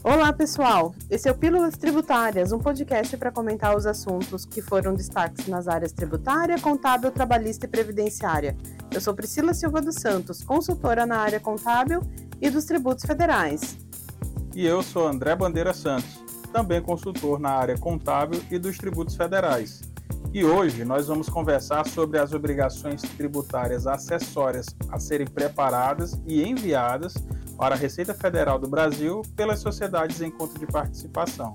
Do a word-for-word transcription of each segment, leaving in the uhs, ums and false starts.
Olá, pessoal! Esse é o Pílulas Tributárias, um podcast para comentar os assuntos que foram destaques nas áreas tributária, contábil, trabalhista e previdenciária. Eu sou Priscila Silva dos Santos, consultora na área contábil e dos tributos federais. E eu sou André Bandeira Santos, também consultor na área contábil e dos tributos federais. E hoje nós vamos conversar sobre as obrigações tributárias acessórias a serem preparadas e enviadas para a Receita Federal do Brasil pelas sociedades em conta de participação.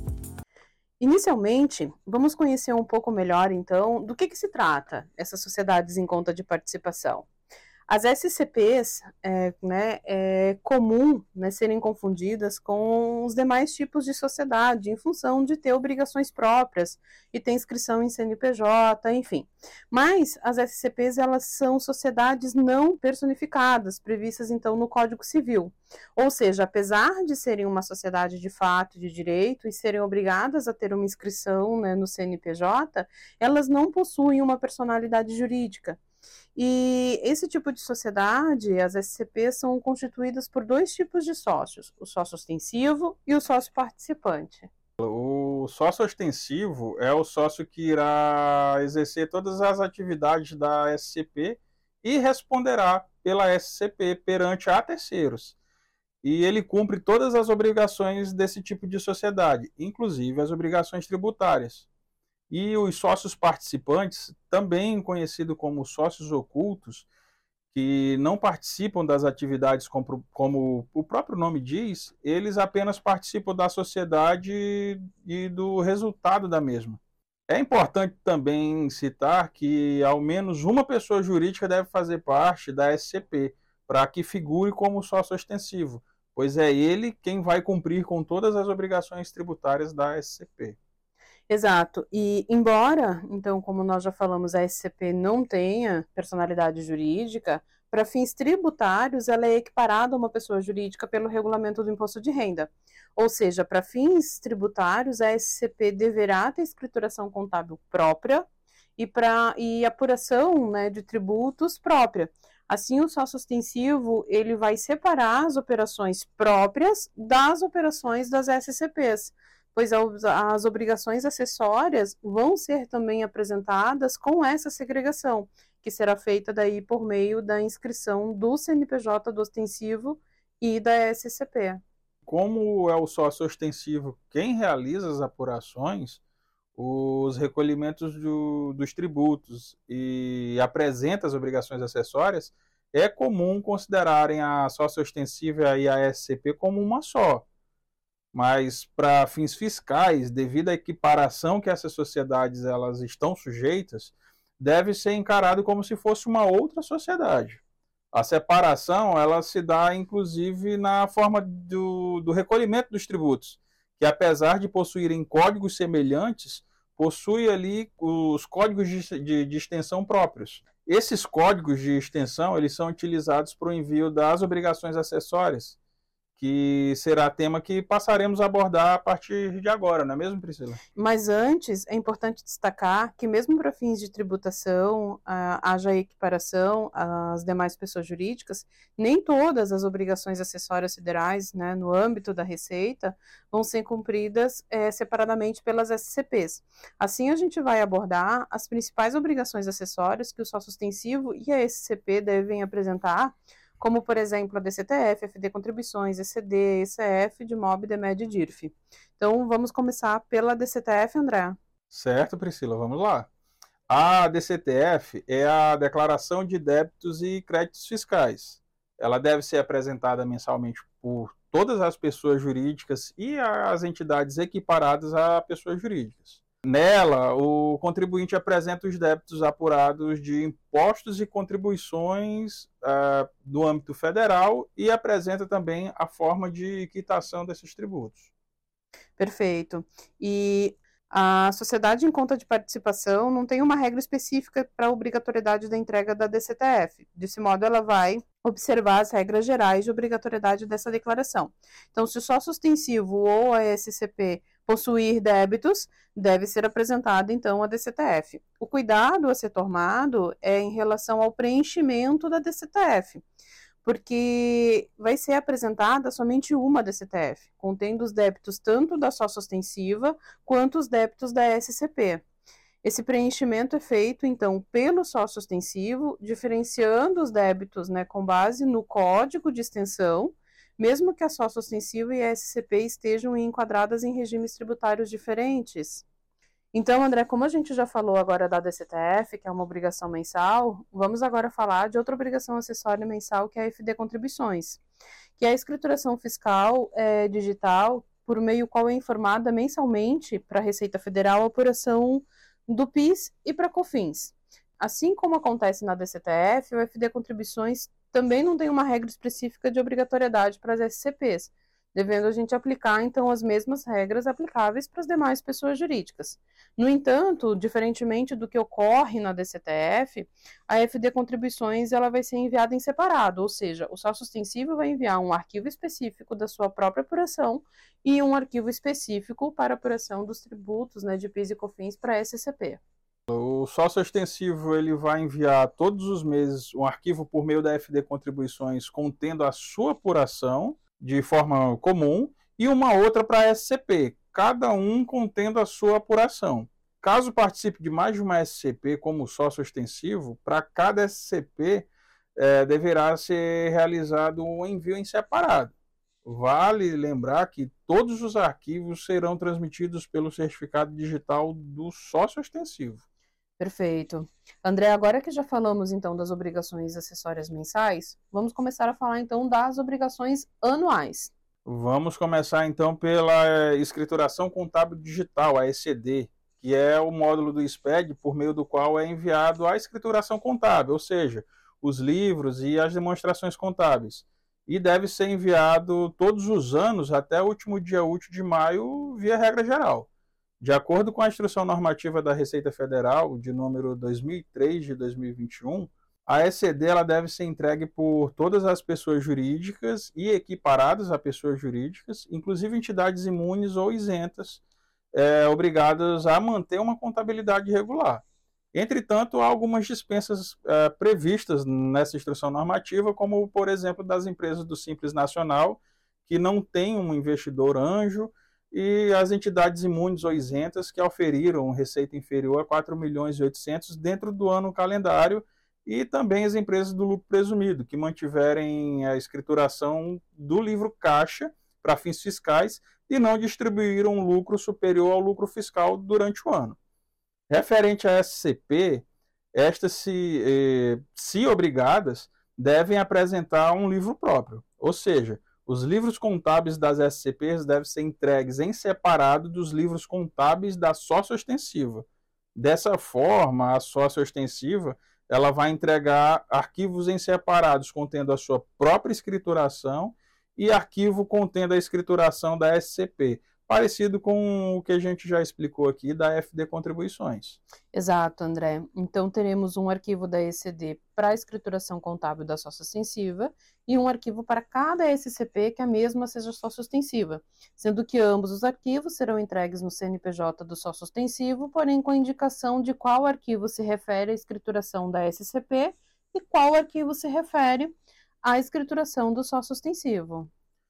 Inicialmente, vamos conhecer um pouco melhor, então, do que, que se trata essas sociedades em conta de participação. As S C Ps, é, né, é comum, né, serem confundidas com os demais tipos de sociedade, em função de ter obrigações próprias e ter inscrição em C N P J, enfim. Mas as S C Ps, elas são sociedades não personificadas, previstas então no Código Civil. Ou seja, apesar de serem uma sociedade de fato e de direito e serem obrigadas a ter uma inscrição, né, no C N P J, elas não possuem uma personalidade jurídica. E esse tipo de sociedade, as S C Ps, são constituídas por dois tipos de sócios, o sócio ostensivo e o sócio participante. O sócio ostensivo é o sócio que irá exercer todas as atividades da S C P e responderá pela S C P perante a terceiros. E ele cumpre todas as obrigações desse tipo de sociedade, inclusive as obrigações tributárias. E os sócios participantes, também conhecidos como sócios ocultos, que não participam das atividades como, como o próprio nome diz, eles apenas participam da sociedade e do resultado da mesma. É importante também citar que ao menos uma pessoa jurídica deve fazer parte da S C P, para que figure como sócio ostensivo, pois é ele quem vai cumprir com todas as obrigações tributárias da S C P. Exato, e embora, então, como nós já falamos, a S C P não tenha personalidade jurídica, para fins tributários ela é equiparada a uma pessoa jurídica pelo regulamento do imposto de renda. Ou seja, para fins tributários a S C P deverá ter escrituração contábil própria e, pra, e apuração, né, de tributos própria. Assim, o sócio ostensivo ele vai separar as operações próprias das operações das S C Ps, pois as obrigações acessórias vão ser também apresentadas com essa segregação, que será feita daí por meio da inscrição do C N P J do ostensivo e da S C P. Como é o sócio ostensivo quem realiza as apurações, os recolhimentos do, dos tributos e apresenta as obrigações acessórias, é comum considerarem a sócio ostensiva e a S C P como uma só. Mas para fins fiscais, devido à equiparação que essas sociedades elas estão sujeitas, deve ser encarado como se fosse uma outra sociedade. A separação ela se dá inclusive na forma do, do recolhimento dos tributos, que apesar de possuírem códigos semelhantes, possui ali os códigos de, de, de extensão próprios. Esses códigos de extensão eles são utilizados para o envio das obrigações acessórias, que será tema que passaremos a abordar a partir de agora, não é mesmo, Priscila? Mas antes, é importante destacar que mesmo para fins de tributação, ah, haja equiparação às demais pessoas jurídicas, nem todas as obrigações acessórias federais, né, no âmbito da Receita, vão ser cumpridas é, separadamente pelas S C Ps. Assim, a gente vai abordar as principais obrigações acessórias que o sócio ostensivo e a S C P devem apresentar, como, por exemplo, a D C T F, F D Contribuições, E C D, E C F, DIMOB, DEMED e D I R F. Então, vamos começar pela D C T F, André. Certo, Priscila, vamos lá. A D C T F é a Declaração de Débitos e Créditos Fiscais. Ela deve ser apresentada mensalmente por todas as pessoas jurídicas e as entidades equiparadas a pessoas jurídicas. Nela, o contribuinte apresenta os débitos apurados de impostos e contribuições uh, do âmbito federal e apresenta também a forma de quitação desses tributos. Perfeito. E a sociedade em conta de participação não tem uma regra específica para a obrigatoriedade da entrega da D C T F. Desse modo, ela vai observar as regras gerais de obrigatoriedade dessa declaração. Então, se o sócio ostensivo ou a S C P possuir débitos, deve ser apresentada, então, a D C T F. O cuidado a ser tomado é em relação ao preenchimento da D C T F, porque vai ser apresentada somente uma D C T F, contendo os débitos tanto da sócio ostensiva quanto os débitos da S C P. Esse preenchimento é feito, então, pelo sócio ostensivo, diferenciando os débitos, né, com base no código de extensão, mesmo que a sócio ostensiva e a S C P estejam enquadradas em regimes tributários diferentes. Então, André, como a gente já falou agora da D C T F, que é uma obrigação mensal, vamos agora falar de outra obrigação acessória mensal, que é a F D Contribuições, que é a escrituração fiscal é, digital, por meio qual é informada mensalmente para a Receita Federal a apuração do PIS e para COFINS. Assim como acontece na D C T F, o F D Contribuições também não tem uma regra específica de obrigatoriedade para as S C Ps, devendo a gente aplicar, então, as mesmas regras aplicáveis para as demais pessoas jurídicas. No entanto, diferentemente do que ocorre na D C T F, a F D Contribuições ela vai ser enviada em separado, ou seja, o sócio ostensivo vai enviar um arquivo específico da sua própria apuração e um arquivo específico para a apuração dos tributos, né, de PIS e COFINS para a S C P. O sócio ostensivo ele vai enviar todos os meses um arquivo por meio da F D Contribuições contendo a sua apuração de forma comum e uma outra para a S C P, cada um contendo a sua apuração. Caso participe de mais de uma S C P como sócio ostensivo, para cada S C P é, deverá ser realizado um envio em separado. Vale lembrar que todos os arquivos serão transmitidos pelo certificado digital do sócio ostensivo. Perfeito. André, agora que já falamos então das obrigações acessórias mensais, vamos começar a falar então das obrigações anuais. Vamos começar então pela escrituração contábil digital, a E C D, que é o módulo do S P E D por meio do qual é enviado a escrituração contábil, ou seja, os livros e as demonstrações contábeis. E deve ser enviado todos os anos até o último dia útil de maio, via regra geral. De acordo com a Instrução Normativa da Receita Federal, de número dois mil e três de dois mil e vinte e um, a E C D ela deve ser entregue por todas as pessoas jurídicas e equiparadas a pessoas jurídicas, inclusive entidades imunes ou isentas, é, obrigadas a manter uma contabilidade regular. Entretanto, há algumas dispensas é, previstas nessa instrução normativa, como, por exemplo, das empresas do Simples Nacional, que não têm um investidor anjo, e as entidades imunes ou isentas que auferiram receita inferior a quatro milhões e oitocentos dentro do ano calendário, e também as empresas do lucro presumido, que mantiverem a escrituração do livro caixa para fins fiscais e não distribuíram lucro superior ao lucro fiscal durante o ano. Referente à S C P, estas, se, eh, se obrigadas, devem apresentar um livro próprio, ou seja, os livros contábeis das S C Ps devem ser entregues em separado dos livros contábeis da sócio ostensiva. Dessa forma, a sócio ostensiva ela vai entregar arquivos em separados contendo a sua própria escrituração e arquivo contendo a escrituração da S C P, parecido com o que a gente já explicou aqui da F D Contribuições. Exato, André. Então, teremos um arquivo da E C D para a escrituração contábil da sócio ostensiva e um arquivo para cada S C P que a mesma seja sócio ostensiva, sendo que ambos os arquivos serão entregues no C N P J do sócio ostensivo, porém com a indicação de qual arquivo se refere à escrituração da S C P e qual arquivo se refere à escrituração do sócio ostensivo.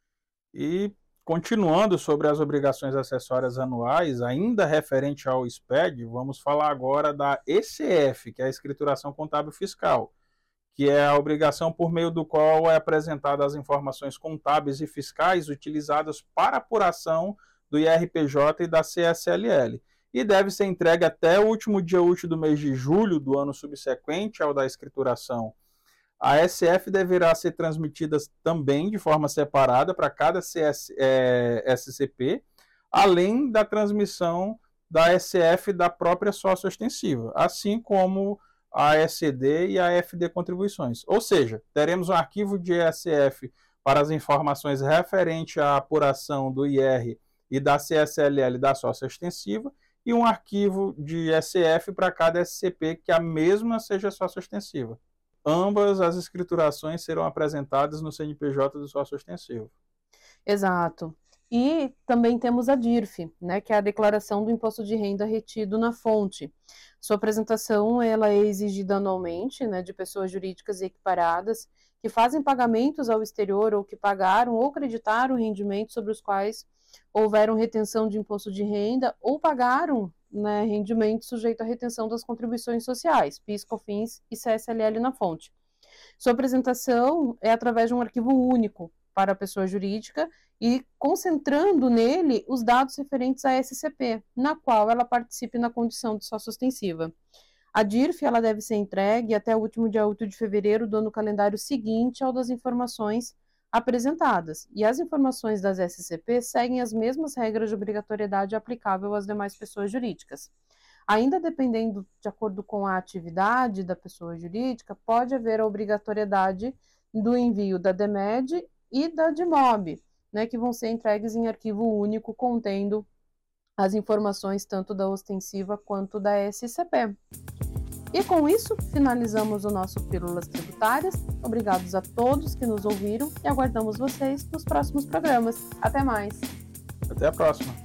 E continuando sobre as obrigações acessórias anuais, ainda referente ao S P E D, vamos falar agora da E C F, que é a Escrituração Contábil Fiscal, que é a obrigação por meio do qual é apresentada as informações contábeis e fiscais utilizadas para apuração do I R P J e da C S L L, e deve ser entregue até o último dia útil do mês de julho do ano subsequente ao da escrituração. A S F deverá ser transmitida também de forma separada para cada C S, é, S C P, além da transmissão da S F da própria sócio ostensiva, assim como a E C D e a F D Contribuições. Ou seja, teremos um arquivo de E S F para as informações referentes à apuração do I R e da C S L L da sócio ostensiva e um arquivo de S F para cada S C P que a mesma seja sócio ostensiva. Ambas as escriturações serão apresentadas no C N P J do sócio ostensivo. Exato. E também temos a D I R F, né, que é a Declaração do Imposto de Renda Retido na Fonte. Sua apresentação ela é exigida anualmente, né, de pessoas jurídicas e equiparadas que fazem pagamentos ao exterior ou que pagaram ou creditaram rendimentos sobre os quais houveram retenção de imposto de renda ou pagaram, né, rendimentos sujeitos à retenção das contribuições sociais, PIS, COFINS e C S L L na fonte. Sua apresentação é através de um arquivo único para a pessoa jurídica e concentrando nele os dados referentes à S C P, na qual ela participe na condição de sócio ostensiva. A D I R F ela deve ser entregue até o último dia oito de fevereiro do ano calendário seguinte ao das informações apresentadas, e as informações das S C P seguem as mesmas regras de obrigatoriedade aplicável às demais pessoas jurídicas. Ainda dependendo de acordo com a atividade da pessoa jurídica, pode haver a obrigatoriedade do envio da D M E D e da D M O B, né, que vão ser entregues em arquivo único contendo as informações tanto da ostensiva quanto da S C P. E com isso, finalizamos o nosso Pílulas Tributárias. Obrigados a todos que nos ouviram e aguardamos vocês nos próximos programas. Até mais! Até a próxima!